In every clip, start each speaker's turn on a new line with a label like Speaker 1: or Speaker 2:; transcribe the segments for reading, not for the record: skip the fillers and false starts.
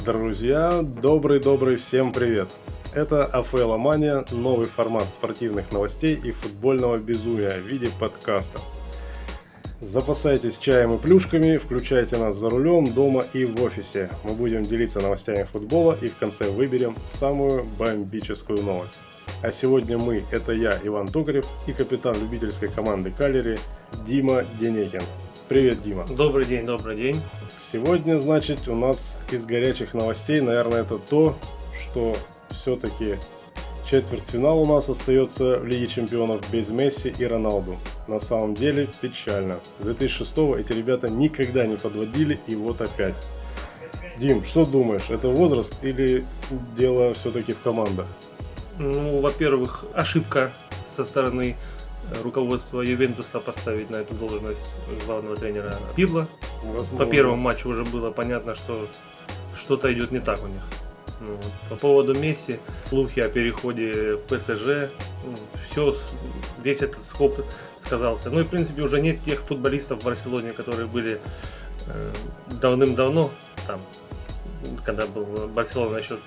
Speaker 1: Друзья, добрый всем привет! Это АФЛ Мания, новый формат спортивных новостей и футбольного безумия в виде подкаста. Запасайтесь чаем и плюшками, включайте нас за рулем, дома и в офисе. Мы будем делиться новостями футбола и в конце выберем самую бомбическую новость. А сегодня мы, это я, Иван Токарев, и капитан любительской команды Калери Дима Денекин. Привет, Дима.
Speaker 2: Добрый день, добрый день.
Speaker 1: Сегодня, значит, у нас из горячих новостей, наверное, это то, что все-таки четвертьфинал у нас остается в Лиге Чемпионов без Месси и Роналду. На самом деле печально. С 2006-го эти ребята никогда не подводили, и вот опять. Дим, что думаешь, это возраст или дело все-таки в командах?
Speaker 2: Ну, во-первых, ошибка со стороны руководства Ювентуса поставить на эту должность главного тренера Пирло. По первому матчу уже было понятно, что что-то идет не так у них. Вот. По поводу Месси, слухи о переходе в ПСЖ, весь этот скоп сказался. Ну и в принципе уже нет тех футболистов в Барселоне, которые были давным-давно там, когда был Барселона еще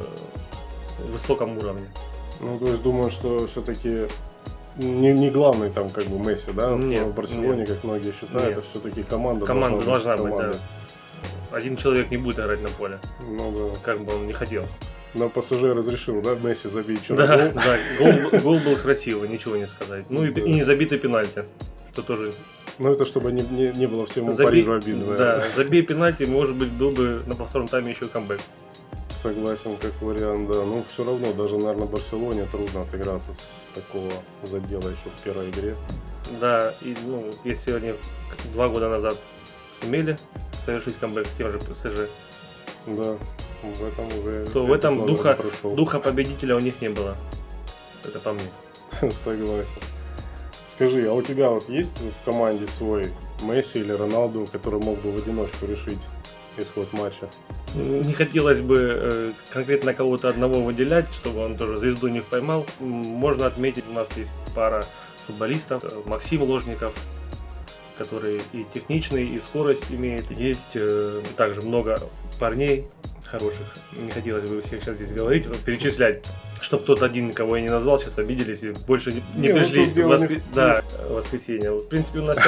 Speaker 2: в высоком уровне.
Speaker 1: Ну то есть думаю, что все-таки не главный там как бы Месси, да?
Speaker 2: Нет,
Speaker 1: в Барселоне,
Speaker 2: нет.
Speaker 1: Как многие считают, это все-таки команда
Speaker 2: должна быть, да. Один человек не будет играть на поле,
Speaker 1: ну, да.
Speaker 2: как бы он не хотел.
Speaker 1: Но ПСЖ разрешил, да, Месси забить
Speaker 2: гол? Да, гол был красивый, ничего не сказать. Ну и не забитый пенальти, что тоже...
Speaker 1: Ну это чтобы не было всему Парижу обидно.
Speaker 2: Да, забей пенальти, может быть, был бы на повторном тайме еще камбэк.
Speaker 1: Согласен, как вариант, да. Ну, все равно, даже, наверное, Барселоне трудно отыграться с такого задела еще в первой игре.
Speaker 2: Да, и, если они 2 года назад сумели совершить камбэк с тем же ПСЖ,
Speaker 1: да, в этом уже...
Speaker 2: То в этом духа победителя у них не было. Это по мне.
Speaker 1: Согласен. Скажи, а у тебя вот есть в команде свой Месси или Роналду, который мог бы в одиночку решить исход матча?
Speaker 2: Не хотелось бы конкретно кого-то одного выделять, чтобы он тоже звезду не поймал. Можно отметить, у нас есть пара футболистов. Максим Ложников, который и техничный, и скорость имеет. Есть также много парней хороших. Не хотелось бы всех сейчас здесь говорить, перечислять, чтобы тот один, кого я не назвал, сейчас обиделись и больше не пришли в воскресенье. В принципе, у нас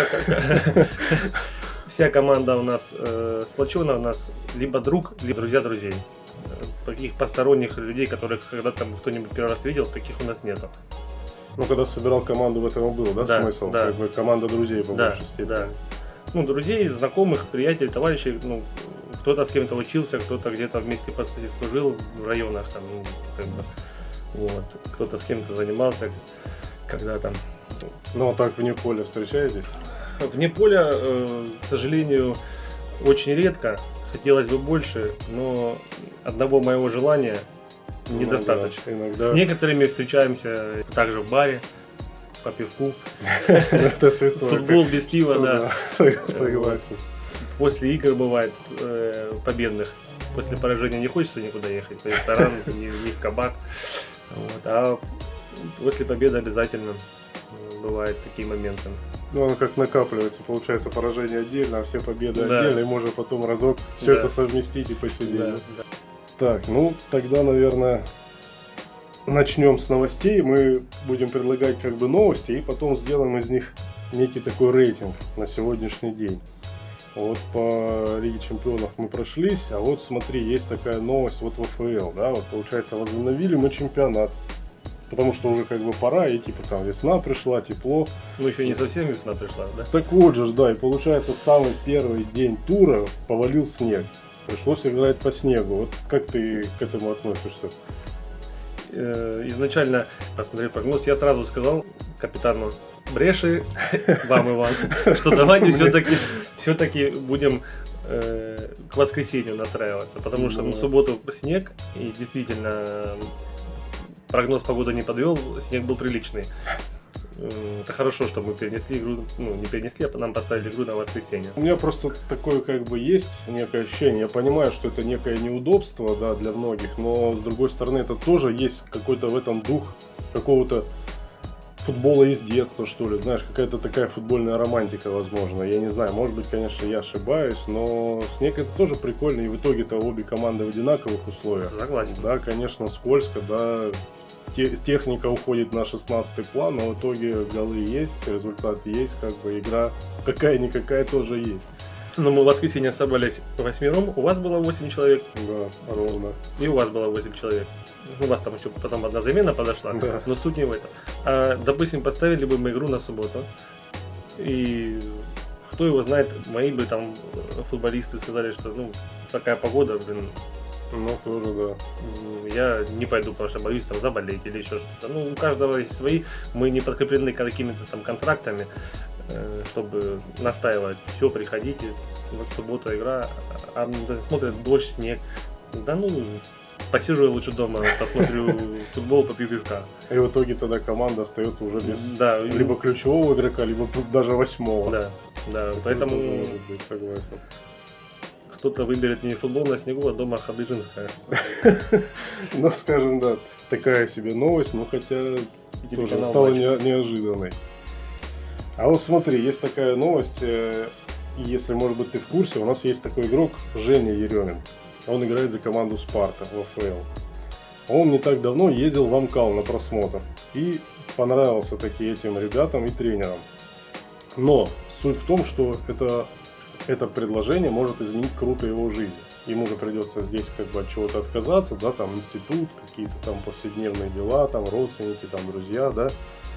Speaker 2: вся команда у нас сплочена, у нас либо друг, либо друзья друзей. Таких посторонних людей, которых когда-то кто-нибудь первый раз видел, таких у нас нету.
Speaker 1: Ну, когда собирал команду, в этом и был, да, смысл?
Speaker 2: Да.
Speaker 1: Как бы команда друзей по большей степени. Да.
Speaker 2: Ну, друзей, знакомых, приятелей, товарищей, кто-то с кем-то учился, кто-то где-то вместе служил в районах, там, вот, кто-то с кем-то занимался, когда там.
Speaker 1: Ну, а так вне поля встречаетесь?
Speaker 2: Вне поля, к сожалению, очень редко. Хотелось бы больше, но одного моего желания недостаточно.
Speaker 1: Иногда.
Speaker 2: С некоторыми встречаемся также в баре, по пивку.
Speaker 1: Это святое.
Speaker 2: Футбол без пива, да.
Speaker 1: Согласен.
Speaker 2: После игр бывает победных. После поражения не хочется никуда ехать, в ресторан, ни в кабак. А после победы обязательно бывают такие моменты.
Speaker 1: Ну, оно как накапливается, получается, поражение отдельно, а все победы отдельно, и можно потом разок все это совместить и посидеть. Да. Так, тогда, наверное, начнем с новостей. Мы будем предлагать как бы новости, и потом сделаем из них некий такой рейтинг на сегодняшний день. Вот по Лиге Чемпионов мы прошлись, а вот смотри, есть такая новость вот в АФЛ, да, вот получается возобновили мы чемпионат. Потому что уже как бы пора, и типа там весна пришла, тепло.
Speaker 2: Ну еще не совсем весна пришла, да?
Speaker 1: Так вот же, да, и получается в самый первый день тура повалил снег. Пришлось играть по снегу. Вот как ты к этому относишься?
Speaker 2: Изначально, посмотрев прогноз, я сразу сказал капитану Бреши, вам, Иван, что давайте все-таки будем к воскресенью настраиваться. Потому что в субботу снег, и действительно... Прогноз погоды не подвел, снег был приличный. Это хорошо, что мы перенесли игру, не перенесли, а нам поставили игру на воскресенье.
Speaker 1: У меня просто такое как бы есть некое ощущение. Я понимаю, что это некое неудобство, да, для многих, но с другой стороны это тоже есть какой-то в этом дух какого-то футбола из детства, что ли, знаешь, какая-то такая футбольная романтика, возможно. Я не знаю, может быть, конечно, я ошибаюсь, но снег это тоже прикольно, и в итоге-то обе команды в одинаковых условиях.
Speaker 2: Согласен.
Speaker 1: Да, конечно, скользко, да, техника уходит на 16-й план, но в итоге голы есть, результат есть, как бы игра какая-никакая тоже есть.
Speaker 2: Ну, мы в воскресенье собрались 8, у вас было 8 человек.
Speaker 1: Да, ровно.
Speaker 2: И у вас было 8 человек. У вас там еще потом одна замена подошла,
Speaker 1: да.
Speaker 2: Но суть не в этом. Допустим, поставили бы мы игру на субботу, и кто его знает, мои бы там футболисты сказали, что ну такая погода, блин.
Speaker 1: Ну, тоже, да.
Speaker 2: Я не пойду, потому что боюсь там заболеть или еще что-то. Ну, у каждого есть свои, мы не подкреплены какими-то там контрактами, чтобы настаивать. Все, приходите, вот суббота игра, смотрят дождь, снег. Да ну, посижу я лучше дома, посмотрю футбол, попью пивка.
Speaker 1: И в итоге тогда команда остается уже без
Speaker 2: либо
Speaker 1: ключевого игрока, либо даже 8-го.
Speaker 2: Да, поэтому
Speaker 1: тоже может быть, согласен.
Speaker 2: Кто-то выберет не футбол на снегу, а дома Хадыженская.
Speaker 1: Ну, скажем, да, такая себе новость, но хотя тоже стала неожиданной. А вот смотри, есть такая новость, если, может быть, ты в курсе, у нас есть такой игрок Женя Еремин. Он играет за команду Спарта в АФЛ. Он не так давно ездил в Амкал на просмотр и понравился таки этим ребятам и тренерам. Но суть в том, что это предложение может изменить круто его жизнь. Ему же придется здесь как бы от чего-то отказаться, да, там институт, какие-то там повседневные дела, там родственники, там друзья, да.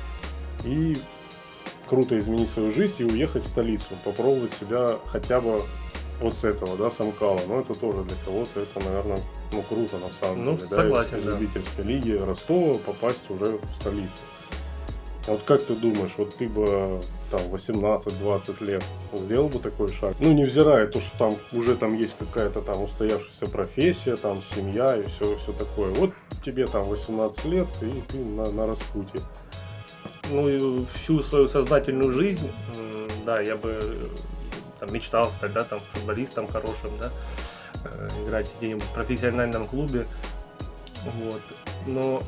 Speaker 1: И круто изменить свою жизнь и уехать в столицу, попробовать себя хотя бы вот с этого, да, с Амкала. Но это тоже для кого-то, это, наверное, ну круто на самом деле.
Speaker 2: Согласен,
Speaker 1: да, из любительской лиги Ростова попасть уже в столицу. Вот как ты думаешь, вот ты бы там 18-20 лет сделал бы такой шаг? Ну, невзирая то, что там уже там есть какая-то там устоявшаяся профессия, там семья и все такое. Вот тебе там 18 лет и ты на распутье.
Speaker 2: Ну, всю свою сознательную жизнь, да, я бы там мечтал стать, да, там футболистом хорошим, да, играть где-нибудь в профессиональном клубе, вот. Но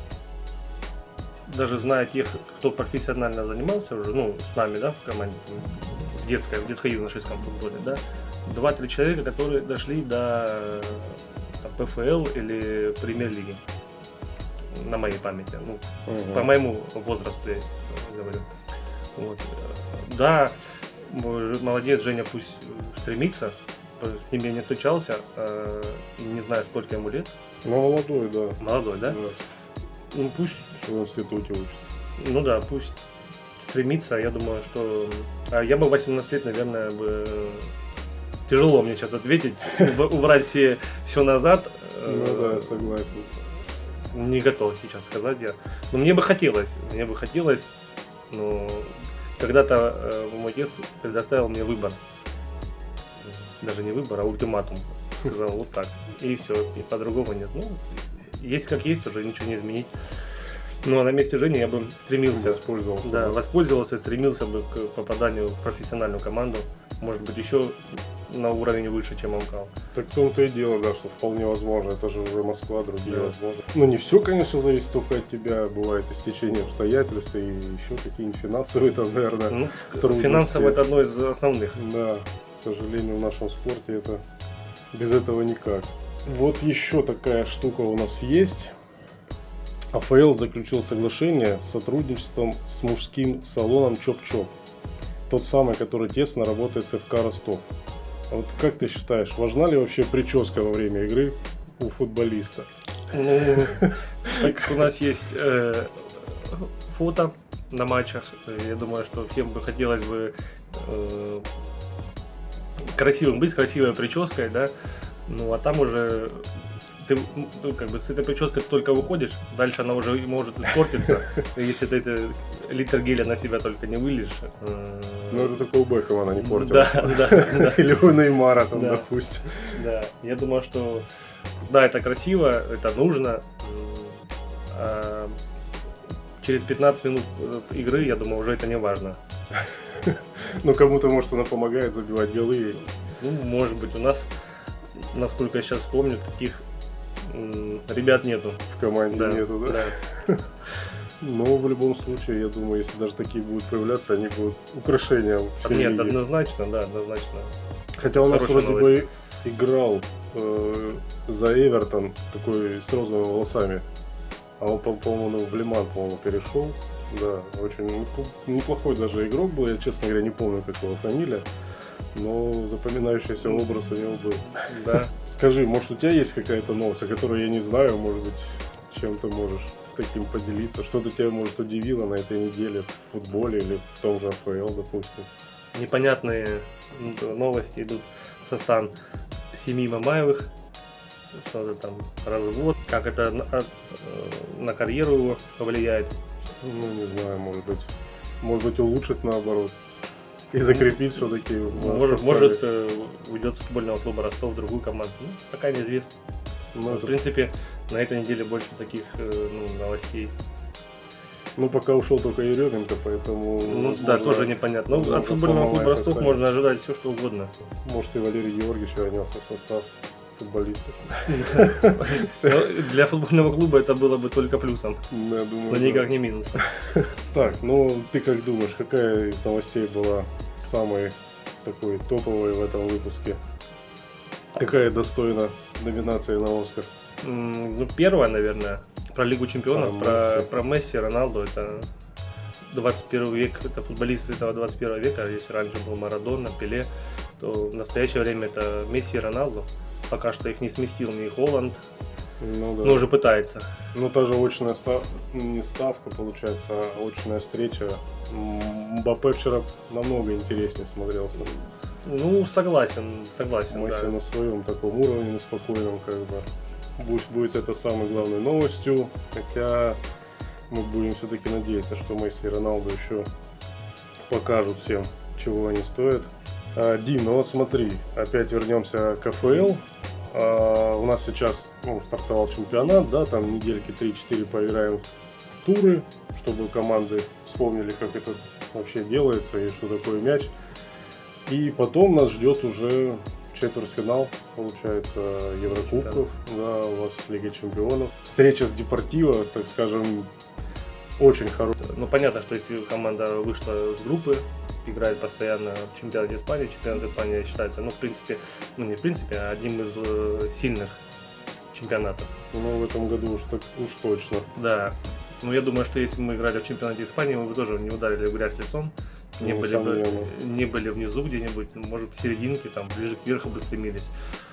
Speaker 2: даже зная тех, кто профессионально занимался уже, ну, с нами, да, в команде, в детско-юношеском футболе, да, 2-3 человека, которые дошли до там, ПФЛ или премьер-лиги, на моей памяти, ну, по моему возрасту я говорю. Вот. Да, молодец, Женя пусть стремится, с ним я не встречался, не знаю, сколько ему лет.
Speaker 1: Ну, молодой, да.
Speaker 2: Молодой, да? Ну, пусть
Speaker 1: в институте учится.
Speaker 2: Ну да, пусть стремится. Я думаю, что я бы 18 лет, наверное, бы тяжело мне сейчас ответить, убрать все назад.
Speaker 1: Ну да, согласен.
Speaker 2: Не готов сейчас сказать я. Но мне бы хотелось, но когда-то мой отец предоставил мне выбор. Даже не выбор, а ультиматум. Сказал вот так. И все, и по-другому нет. Ну, есть как есть, уже ничего не изменить. Ну, а на месте Жени я бы стремился.
Speaker 1: Воспользовался.
Speaker 2: Да, воспользовался, стремился бы к попаданию в профессиональную команду. Может быть, еще на уровень выше, чем Амкал.
Speaker 1: Так в том-то и дело, да, что вполне возможно. Это же уже Москва, другие возможно. Ну, не все, конечно, зависит только от тебя. Бывает истечение обстоятельств и еще какие-нибудь финансовые, там, наверное,
Speaker 2: трудности. Финансово это одно из основных.
Speaker 1: Да, к сожалению, в нашем спорте это без этого никак. Вот еще такая штука у нас есть. АФЛ заключил соглашение с сотрудничеством с мужским салоном Чоп-Чоп. Тот самый, который тесно работает с ФК Ростов. Вот как ты считаешь, важна ли вообще прическа во время игры у футболиста?
Speaker 2: Ну, так у нас есть фото на матчах. Я думаю, что всем бы хотелось бы красивым быть, красивой прической, да. Ну, а там уже ты как бы с этой прической только выходишь, дальше она уже может испортиться, если ты литр геля на себя только не выльешь.
Speaker 1: Ну, это только у Бекхэма она не портилась.
Speaker 2: Да.
Speaker 1: Или у Неймара там, допустим.
Speaker 2: Да, я думаю, что да, это красиво, это нужно. А через 15 минут игры, я думаю, уже это не важно.
Speaker 1: Ну, кому-то, может, она помогает забивать голы.
Speaker 2: Ну, может быть, у нас, насколько я сейчас помню, таких ребят нету.
Speaker 1: В команде нету, да? Но в любом случае, я думаю, если даже такие будут появляться, они будут украшением всей
Speaker 2: Нет,
Speaker 1: лиги.
Speaker 2: однозначно, да, однозначно.
Speaker 1: Хотя у нас
Speaker 2: Хорошая
Speaker 1: вроде бы играл за Эвертон такой с розовыми волосами. А он, по-моему, в Лиман, по-моему, перешел. Да, очень неплохой даже игрок был. Я, честно говоря, не помню, как его фамилия. Но запоминающийся образ у него был.
Speaker 2: Да.
Speaker 1: Скажи, может, у тебя есть какая-то новость, о которой я не знаю, может быть, чем ты можешь таким поделиться? Что-то тебя, может, удивило на этой неделе в футболе или в том же АФЛ, допустим?
Speaker 2: Непонятные новости идут со стан семьи Мамаевых. Что-то там развод, как это на карьеру его повлияет.
Speaker 1: Ну, не знаю, может быть улучшить наоборот. И закрепить все-таки.
Speaker 2: Может уйдет с футбольного клуба Ростов в другую команду. Ну, пока неизвестно. В принципе, на этой неделе больше таких новостей.
Speaker 1: Ну, пока ушел только Еременко, поэтому...
Speaker 2: Ну, да, тоже непонятно. Ну, от футбольного клуба Ростов можно ожидать все, что угодно.
Speaker 1: Может, и Валерий Георгиевич вернется в состав футболистов.
Speaker 2: Для футбольного клуба это было бы только плюсом, но никак не минусом.
Speaker 1: Так, ну ты как думаешь, какая из новостей была самой такой топовой в этом выпуске? Какая достойна номинации на Оскар?
Speaker 2: Ну, первая, наверное, про Лигу Чемпионов, про Месси, Роналду. Это 21 век, это футболисты этого 21 века. Если раньше был Марадона, Пеле, то в настоящее время это Месси и Роналду. Пока что их не сместил ни Холланд,
Speaker 1: ну, да.
Speaker 2: Но уже пытается.
Speaker 1: Ну, та же очная не ставка, получается, а очная встреча. Мбаппе вчера намного интереснее смотрелся.
Speaker 2: Ну, согласен.
Speaker 1: Месси
Speaker 2: да.
Speaker 1: на своем таком уровне, на спокойном, как бы. Пусть будет это самой главной новостью, хотя мы будем все-таки надеяться, что Месси и Роналду еще покажут всем, чего они стоят. Дим, ну вот смотри, опять вернемся к АФЛ. У нас сейчас стартовал чемпионат, да, там недельки 3-4 поиграем в туры, чтобы команды вспомнили, как это вообще делается и что такое мяч. И потом нас ждет уже четвертьфинал, получается, Еврокубков, да, у вас Лига Чемпионов. Встреча с Депортиво, так скажем, очень хорошая.
Speaker 2: Ну, понятно, что если команда вышла с группы, играет постоянно в чемпионате Испании. Чемпионат Испании считается, одним из сильных чемпионатов.
Speaker 1: Ну, в этом году уж точно.
Speaker 2: Да. Ну, я думаю, что если мы играли в чемпионате Испании, мы бы тоже не ударили в грязь лицом. Не были внизу где-нибудь, может, в серединке, там, ближе к верху бы стремились.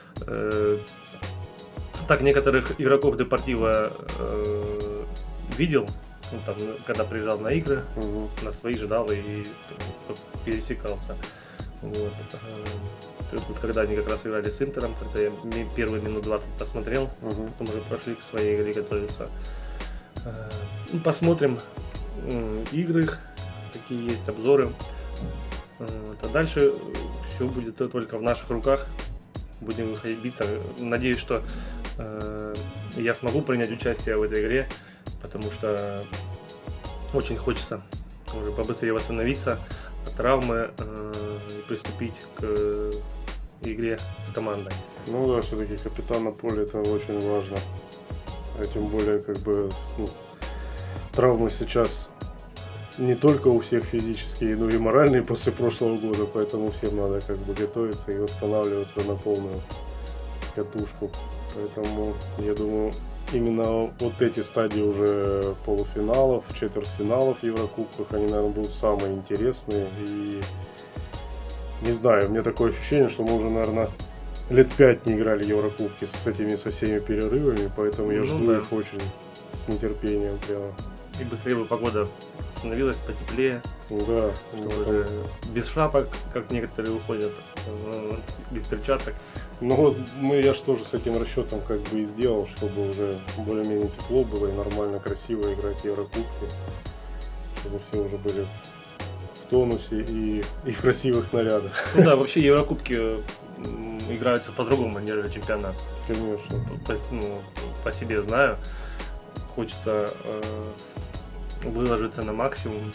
Speaker 2: Так, некоторых игроков Депортиво видел, там, когда приезжал на игры, на свои ждал и пересекался. Вот. Когда они как раз играли с Интером, когда я первые минут 20 посмотрел, потом уже прошли к своей игре готовиться. Посмотрим игры их, какие есть обзоры. А дальше все будет только в наших руках. Будем выходить биться. Надеюсь, что я смогу принять участие в этой игре, потому что очень хочется уже побыстрее восстановиться от травмы и приступить к игре с командой.
Speaker 1: Ну да, все-таки капитан на поле — это очень важно. А тем более, как бы, травмы сейчас не только у всех физические, но и моральные после прошлого года, поэтому всем надо как бы готовиться и восстанавливаться на полную катушку. Поэтому я думаю, именно вот эти стадии уже полуфиналов, четвертьфиналов в Еврокубках, они, наверное, будут самые интересные. И не знаю, у меня такое ощущение, что мы уже, наверное, лет 5 не играли в Еврокубки со всеми перерывами, поэтому я жду их очень с нетерпением прямо.
Speaker 2: И быстрее бы погода становилась, потеплее.
Speaker 1: Да.
Speaker 2: Что уже без шапок, как некоторые уходят, без перчаток.
Speaker 1: Ну вот я же тоже с этим расчетом как бы и сделал, чтобы уже более-менее тепло было и нормально, красиво играть в Еврокубки, чтобы все уже были в тонусе и в красивых нарядах.
Speaker 2: Ну да, вообще Еврокубки играются по-другому, нежели чемпионат.
Speaker 1: Конечно.
Speaker 2: По себе знаю. Хочется выложиться на максимум.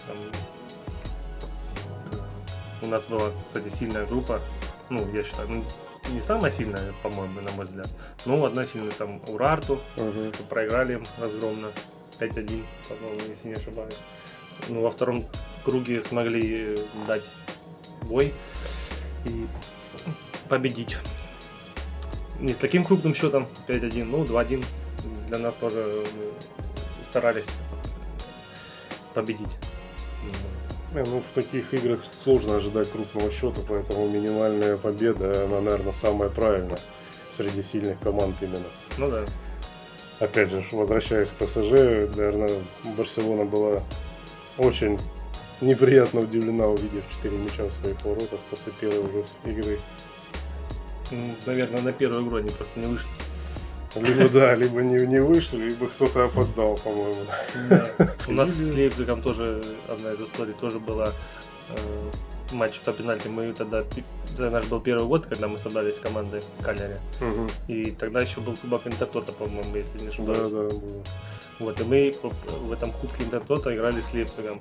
Speaker 2: У нас была, кстати, сильная группа. Я считаю, не самая сильная, по-моему, на мой взгляд. Но одна сильная, там, Урарту. Проиграли им разгромно. 5-1, по-моему, если не ошибаюсь. Ну, во втором круге смогли дать бой и победить. Не с таким крупным счетом 5-1, ну 2-1. Для нас тоже старались победить.
Speaker 1: Ну, в таких играх сложно ожидать крупного счета, поэтому минимальная победа, она, наверное, самая правильная среди сильных команд именно.
Speaker 2: Ну да.
Speaker 1: Опять же, возвращаясь к ПСЖ, наверное, Барселона была очень неприятно удивлена, увидев 4 мяча в своих воротах после первой уже игры.
Speaker 2: Наверное, на первую игру они просто не вышли.
Speaker 1: Либо да, либо не вышли, либо кто-то опоздал, по-моему.
Speaker 2: Да. У нас с Лейпцигом тоже одна из историй тоже была матч по пенальти. Мы тогда наш был первый год, когда мы собрались с командой в Кальяре. И тогда еще был Кубок Интертота, по-моему, если не ошибаюсь.
Speaker 1: Да, да, было.
Speaker 2: Вот, и мы в этом Кубке Интертота играли с Лейпцигом.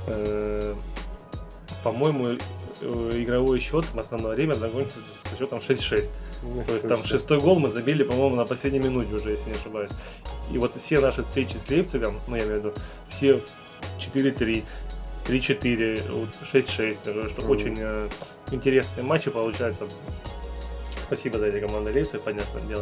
Speaker 2: По-моему, игровой счет в основное время закончился со счетом 6-6. То есть там 6-й гол мы забили, по-моему, на последней минуте уже, если не ошибаюсь. И вот все наши встречи с Лейпцигом, ну я имею в виду, все 4-3, 3-4, 6-6, что очень интересные матчи получаются. Спасибо за эти команды Лейпциг, понятное дело.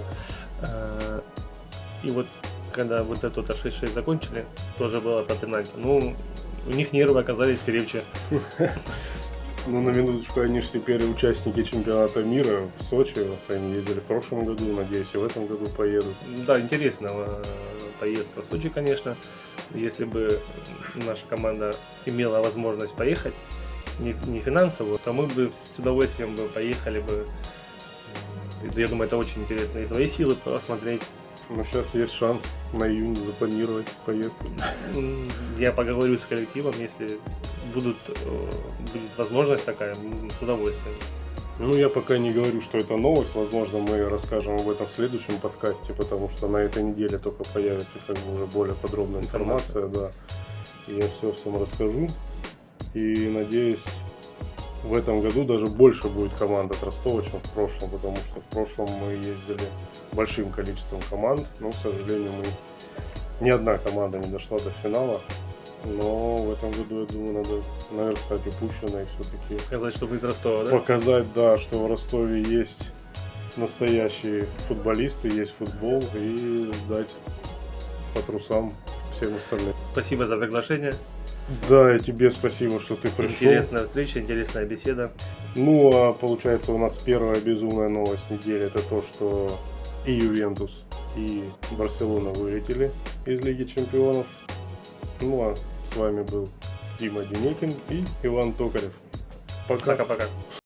Speaker 2: И вот когда вот это 6-6 закончили, тоже было по пенальти. Ну, у них нервы оказались крепче.
Speaker 1: Ну, на минуточку, они же теперь участники чемпионата мира в Сочи. Они ездили в прошлом году, надеюсь, и в этом году поедут.
Speaker 2: Да, интересная поездка в Сочи, конечно. Если бы наша команда имела возможность поехать, не финансово, то мы бы с удовольствием бы поехали бы. Я думаю, это очень интересно. И свои силы посмотреть.
Speaker 1: Ну, сейчас есть шанс на июнь запланировать поездку.
Speaker 2: Я поговорю с коллективом, если будет возможность такая, с удовольствием.
Speaker 1: Ну, я пока не говорю, что это новость. Возможно, мы расскажем об этом в следующем подкасте, потому что на этой неделе только появится как бы уже более подробная информация. Да. И я все всем расскажу. И надеюсь, в этом году даже больше будет команд от Ростова, чем в прошлом, потому что в прошлом мы ездили большим количеством команд, но, к сожалению, ни одна команда не дошла до финала. Но в этом году, я думаю, надо наверстать упущенное и все-таки
Speaker 2: показать, что вы из Ростова, да?
Speaker 1: Показать, да, что в Ростове есть настоящие футболисты, есть футбол, и дать по трусам всем остальным.
Speaker 2: Спасибо за приглашение.
Speaker 1: Да, и тебе спасибо, что ты пришел.
Speaker 2: Интересная встреча, интересная беседа.
Speaker 1: Ну, а получается, у нас первая безумная новость недели — это то, что и Ювентус, и Барселона вылетели из Лиги Чемпионов. Ну, а с вами был Дима Деникин и Иван Токарев. Пока.
Speaker 2: Пока-пока.